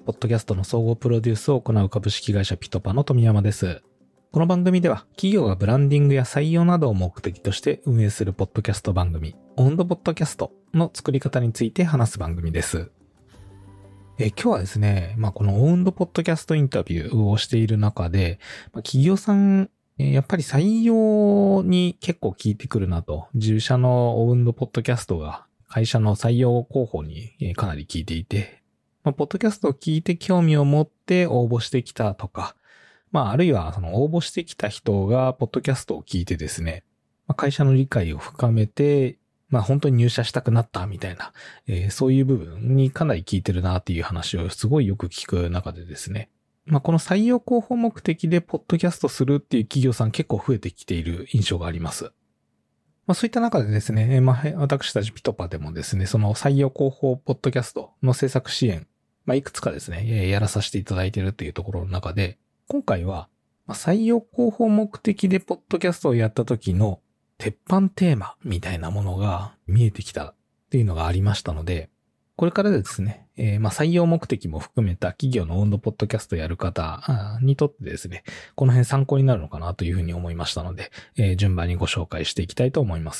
ポッドキャストの総合プロデュースを行う株式会社ピトパの富山です。この番組では企業がブランディングや採用などを目的として運営するポッドキャスト番組、オウンドポッドキャストの作り方について話す番組です。今日はですね、このオウンドポッドキャストインタビューをしている中で、企業さん、やっぱり採用に結構効いてくるなと、自社のオウンドポッドキャストが会社の採用広報にかなり効いていて、ポッドキャストを聞いて興味を持って応募してきたとか、あるいはその応募してきた人がポッドキャストを聞いてですね、会社の理解を深めて、本当に入社したくなったみたいな、そういう部分にかなり効いてるなっていう話をすごいよく聞く中でですね、この採用広報目的でポッドキャストするっていう企業さん結構増えてきている印象があります。そういった中でですね、私たちピトパでもですね、その採用広報ポッドキャストの制作支援、いくつかですね、やらさせていただいているというところの中で、今回は採用広報目的でポッドキャストをやった時の鉄板テーマみたいなものが見えてきたっていうのがありましたので、これからですね、採用目的も含めた企業のオウンドポッドキャストをやる方にとってですね、この辺参考になるのかなというふうに思いましたので、順番にご紹介していきたいと思います。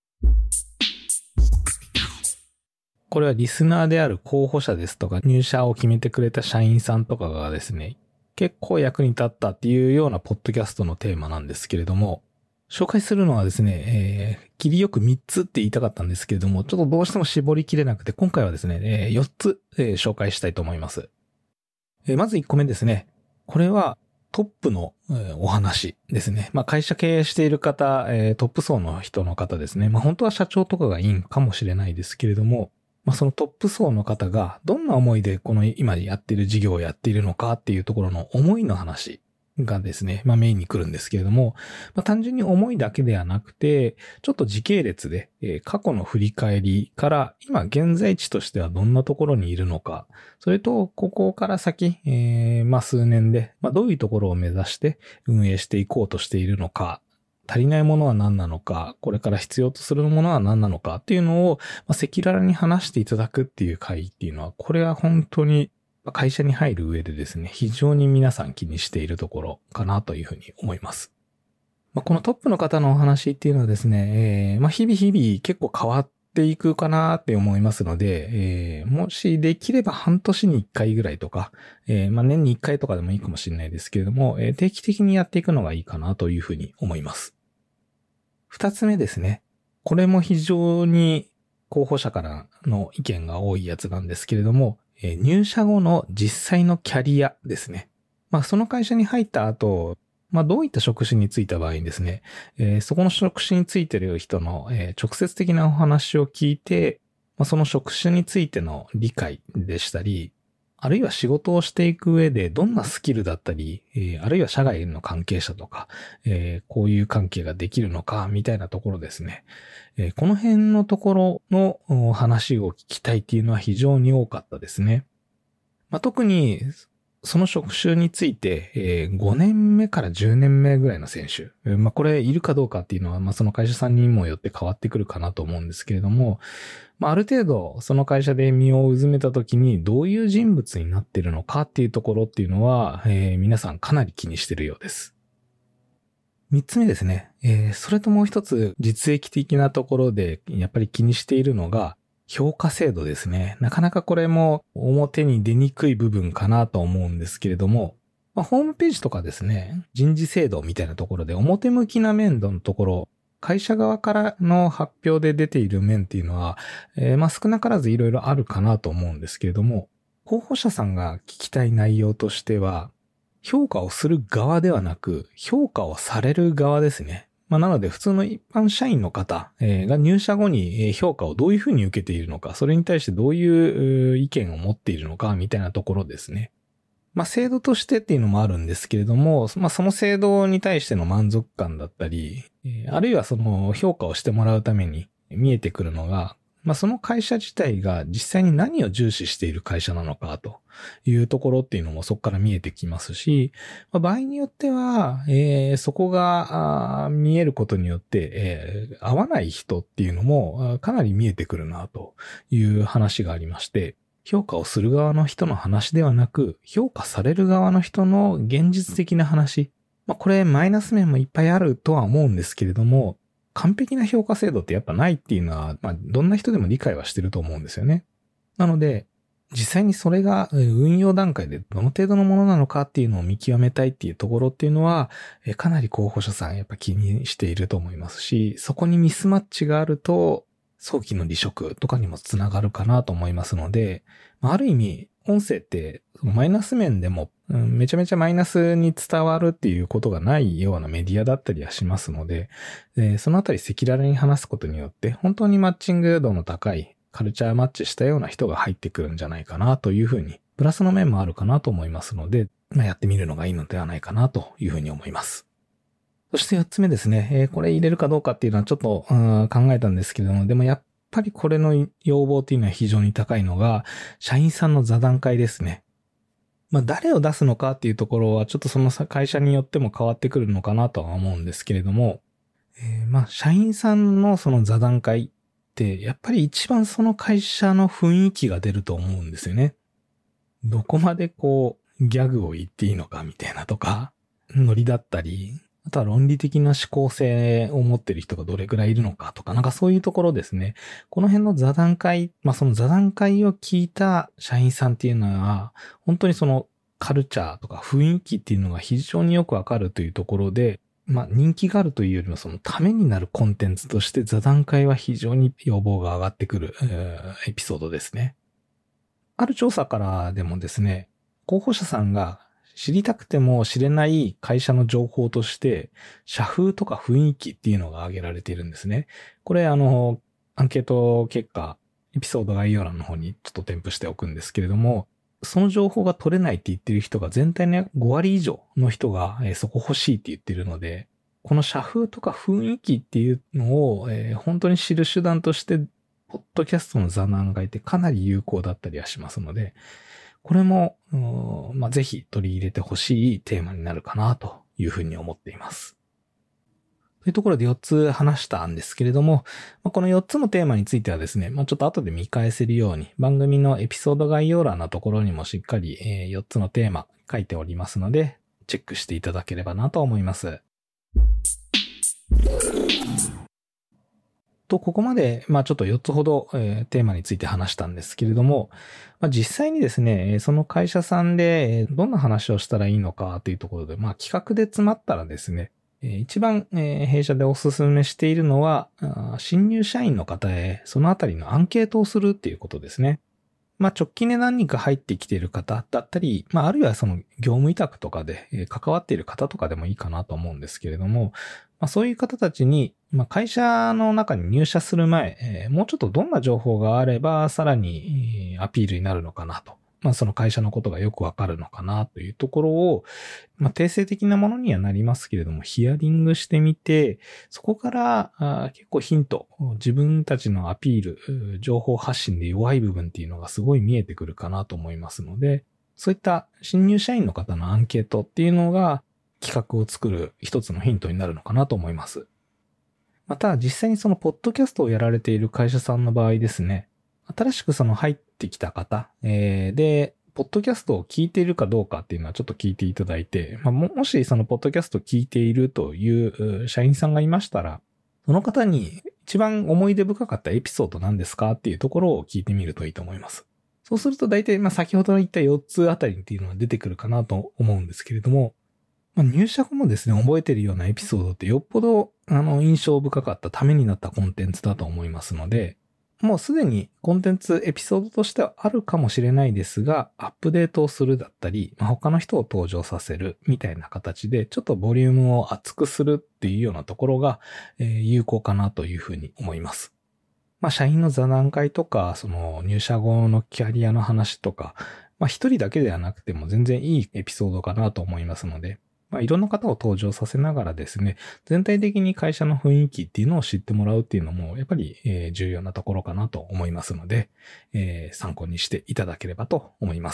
これはリスナーである候補者ですとか入社を決めてくれた社員さんとかがですね、結構役に立ったっていうようなポッドキャストのテーマなんですけれども、紹介するのはですね、切りよく3つって言いたかったんですけれども、ちょっとどうしても絞りきれなくて、今回はですね、4つ、紹介したいと思います。まず1個目ですね。これはトップの、お話ですね。会社経営している方、トップ層の人の方ですね。本当は社長とかがいいんかもしれないですけれども、そのトップ層の方がどんな思いでこの今やっている事業をやっているのかっていうところの思いの話がですね、メインに来るんですけれども、単純に思いだけではなくて、ちょっと時系列で、過去の振り返りから今現在地としてはどんなところにいるのか、それとここから先、数年で、どういうところを目指して運営していこうとしているのか、足りないものは何なのか、これから必要とするものは何なのかっていうのを赤裸々に話していただくっていう会っていうのは、これは本当に会社に入る上でですね、非常に皆さん気にしているところかなというふうに思います。このトップの方のお話っていうのはですね、日々結構変わっていくかなって思いますので、もしできれば半年に1回ぐらいとか、年に1回とかでもいいかもしれないですけれども、定期的にやっていくのがいいかなというふうに思います。2つ目ですね。これも非常に候補者からの意見が多いやつなんですけれども、入社後の実際のキャリアですね。その会社に入った後、どういった職種に就いた場合にですね、そこの職種に就いている人の、直接的なお話を聞いて、その職種についての理解でしたり、あるいは仕事をしていく上でどんなスキルだったり、あるいは社外の関係者とか、こういう関係ができるのかみたいなところですね。この辺のところの話を聞きたいっていうのは非常に多かったですね。特にその職種について、5年目から10年目ぐらいの選手、これいるかどうかっていうのは、その会社さんにもよって変わってくるかなと思うんですけれども、ある程度その会社で身をうずめた時にどういう人物になっているのかっていうところっていうのは、皆さんかなり気にしているようです。3つ目ですね。それともう一つ実益的なところでやっぱり気にしているのが評価制度ですね。なかなかこれも表に出にくい部分かなと思うんですけれども、ホームページとかですね、人事制度みたいなところで表向きな面のところ、会社側からの発表で出ている面っていうのは、少なからずいろいろあるかなと思うんですけれども、候補者さんが聞きたい内容としては、評価をする側ではなく、評価をされる側ですね。なので普通の一般社員の方が入社後に評価をどういうふうに受けているのか、それに対してどういう意見を持っているのかみたいなところですね。制度としてっていうのもあるんですけれども、その制度に対しての満足感だったり、あるいはその評価をしてもらうために見えてくるのが、その会社自体が実際に何を重視している会社なのかというところっていうのもそこから見えてきますし、場合によっては、そこが見えることによって、合わない人っていうのもかなり見えてくるなという話がありまして、 評価をする側の人の話ではなく、評価される側の人の現実的な話。これマイナス面もいっぱいあるとは思うんですけれども、完璧な評価制度ってやっぱないっていうのは、どんな人でも理解はしてると思うんですよね。なので、実際にそれが運用段階でどの程度のものなのかっていうのを見極めたいっていうところっていうのは、かなり候補者さんやっぱ気にしていると思いますし、そこにミスマッチがあると、早期の離職とかにもつながるかなと思いますので、ある意味、音声ってマイナス面でもめちゃめちゃマイナスに伝わるっていうことがないようなメディアだったりはしますので、そのあたり赤裸々に話すことによって本当にマッチング度の高いカルチャーマッチしたような人が入ってくるんじゃないかなというふうに、プラスの面もあるかなと思いますので、やってみるのがいいのではないかなというふうに思います。そして4つ目ですね、これ入れるかどうかっていうのはちょっと考えたんですけれども、でもやっぱりこれの要望っていうのは非常に高いのが、社員さんの座談会ですね。誰を出すのかっていうところはちょっとその会社によっても変わってくるのかなとは思うんですけれども、社員さんのその座談会ってやっぱり一番その会社の雰囲気が出ると思うんですよね。どこまでギャグを言っていいのかみたいなとか、ノリだったり、あとは論理的な思考性を持っている人がどれくらいいるのかとか、そういうところですね。この辺の座談会、その座談会を聞いた社員さんっていうのは、本当にそのカルチャーとか雰囲気っていうのが非常によくわかるというところで、人気があるというよりもそのためになるコンテンツとして座談会は非常に要望が上がってくる、エピソードですね。ある調査からでもですね、候補者さんが知りたくても知れない会社の情報として、社風とか雰囲気っていうのが挙げられているんですね。これアンケート結果、エピソード概要欄の方にちょっと添付しておくんですけれども、その情報が取れないって言ってる人が全体の5割以上の人がそこ欲しいって言ってるので、この社風とか雰囲気っていうのを本当に知る手段として、ポッドキャストの座談会ってかなり有効だったりはしますので、これも、ぜひ取り入れてほしいテーマになるかなというふうに思っています。というところで4つ話したんですけれども、この4つのテーマについてはですね、ちょっと後で見返せるように番組のエピソード概要欄のところにもしっかり4つのテーマ書いておりますので、チェックしていただければなと思います。ここまで、ちょっと4つほど、テーマについて話したんですけれども、実際にですね、その会社さんでどんな話をしたらいいのかというところで、企画で詰まったらですね、一番、弊社でお勧めしているのは、新入社員の方へそのあたりのアンケートをするっていうことですね。直近で何人か入ってきている方だったり、あるいはその業務委託とかで関わっている方とかでもいいかなと思うんですけれども、そういう方たちに、会社の中に入社する前、もうちょっとどんな情報があればさらにアピールになるのかなと。その会社のことがよくわかるのかなというところを、定性的なものにはなりますけれども、ヒアリングしてみて、そこから結構ヒント、自分たちのアピール、情報発信で弱い部分っていうのがすごい見えてくるかなと思いますので、そういった新入社員の方のアンケートっていうのが企画を作る一つのヒントになるのかなと思います。また、実際にそのポッドキャストをやられている会社さんの場合ですね、新しくその入ってきた方、で、ポッドキャストを聞いているかどうかっていうのはちょっと聞いていただいて、もしそのポッドキャストを聞いているという社員さんがいましたら、その方に一番思い出深かったエピソードなんですかっていうところを聞いてみるといいと思います。そうすると大体先ほど言った4つあたりっていうのは出てくるかなと思うんですけれども、入社後もですね、覚えてるようなエピソードってよっぽど印象深かったためになったコンテンツだと思いますので、もうすでにコンテンツエピソードとしてはあるかもしれないですが、アップデートをするだったり、他の人を登場させるみたいな形で、ちょっとボリュームを厚くするっていうようなところが、有効かなというふうに思います。社員の座談会とか、その入社後のキャリアの話とか、一人だけではなくても全然いいエピソードかなと思いますので、いろんな方を登場させながらですね、全体的に会社の雰囲気っていうのを知ってもらうっていうのも、やっぱり重要なところかなと思いますので、参考にしていただければと思います。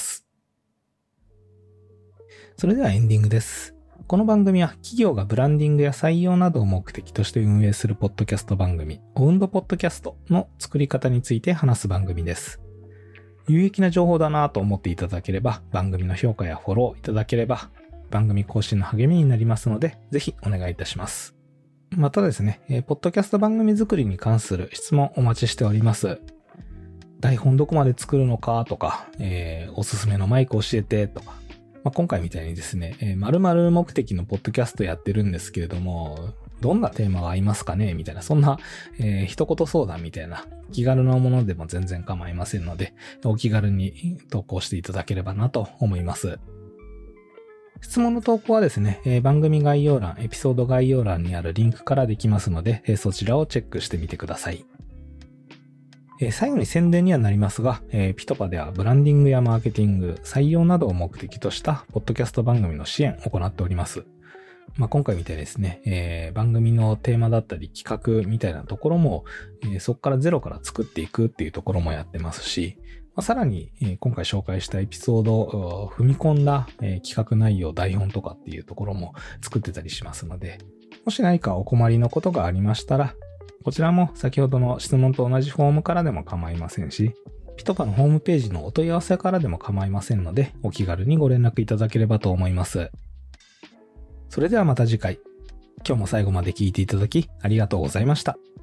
それではエンディングです。この番組は企業がブランディングや採用などを目的として運営するポッドキャスト番組、オウンドポッドキャストの作り方について話す番組です。 有益な情報だなと思っていただければ、番組の評価やフォローいただければ、番組更新の励みになりますので、ぜひお願いいたします。またですね、ポッドキャスト番組作りに関する質問お待ちしております。台本どこまで作るのかとか、おすすめのマイク教えてとか、今回みたいにですね、〇〇目的のポッドキャストやってるんですけれども、どんなテーマが合いますかねみたいな、そんな、一言相談みたいな気軽なものでも全然構いませんので、お気軽に投稿していただければなと思います。質問の投稿はですね、番組概要欄、エピソード概要欄にあるリンクからできますので、そちらをチェックしてみてください。最後に宣伝にはなりますが、ピトパではブランディングやマーケティング、採用などを目的としたポッドキャスト番組の支援を行っております。今回みたいですね、番組のテーマだったり企画みたいなところも、そこからゼロから作っていくっていうところもやってますし、さらに、今回紹介したエピソードを踏み込んだ、企画内容、台本とかっていうところも作ってたりしますので、もし何かお困りのことがありましたら、こちらも先ほどの質問と同じフォームからでも構いませんし、ピトパのホームページのお問い合わせからでも構いませんので、お気軽にご連絡いただければと思います。それではまた次回。今日も最後まで聞いていただきありがとうございました。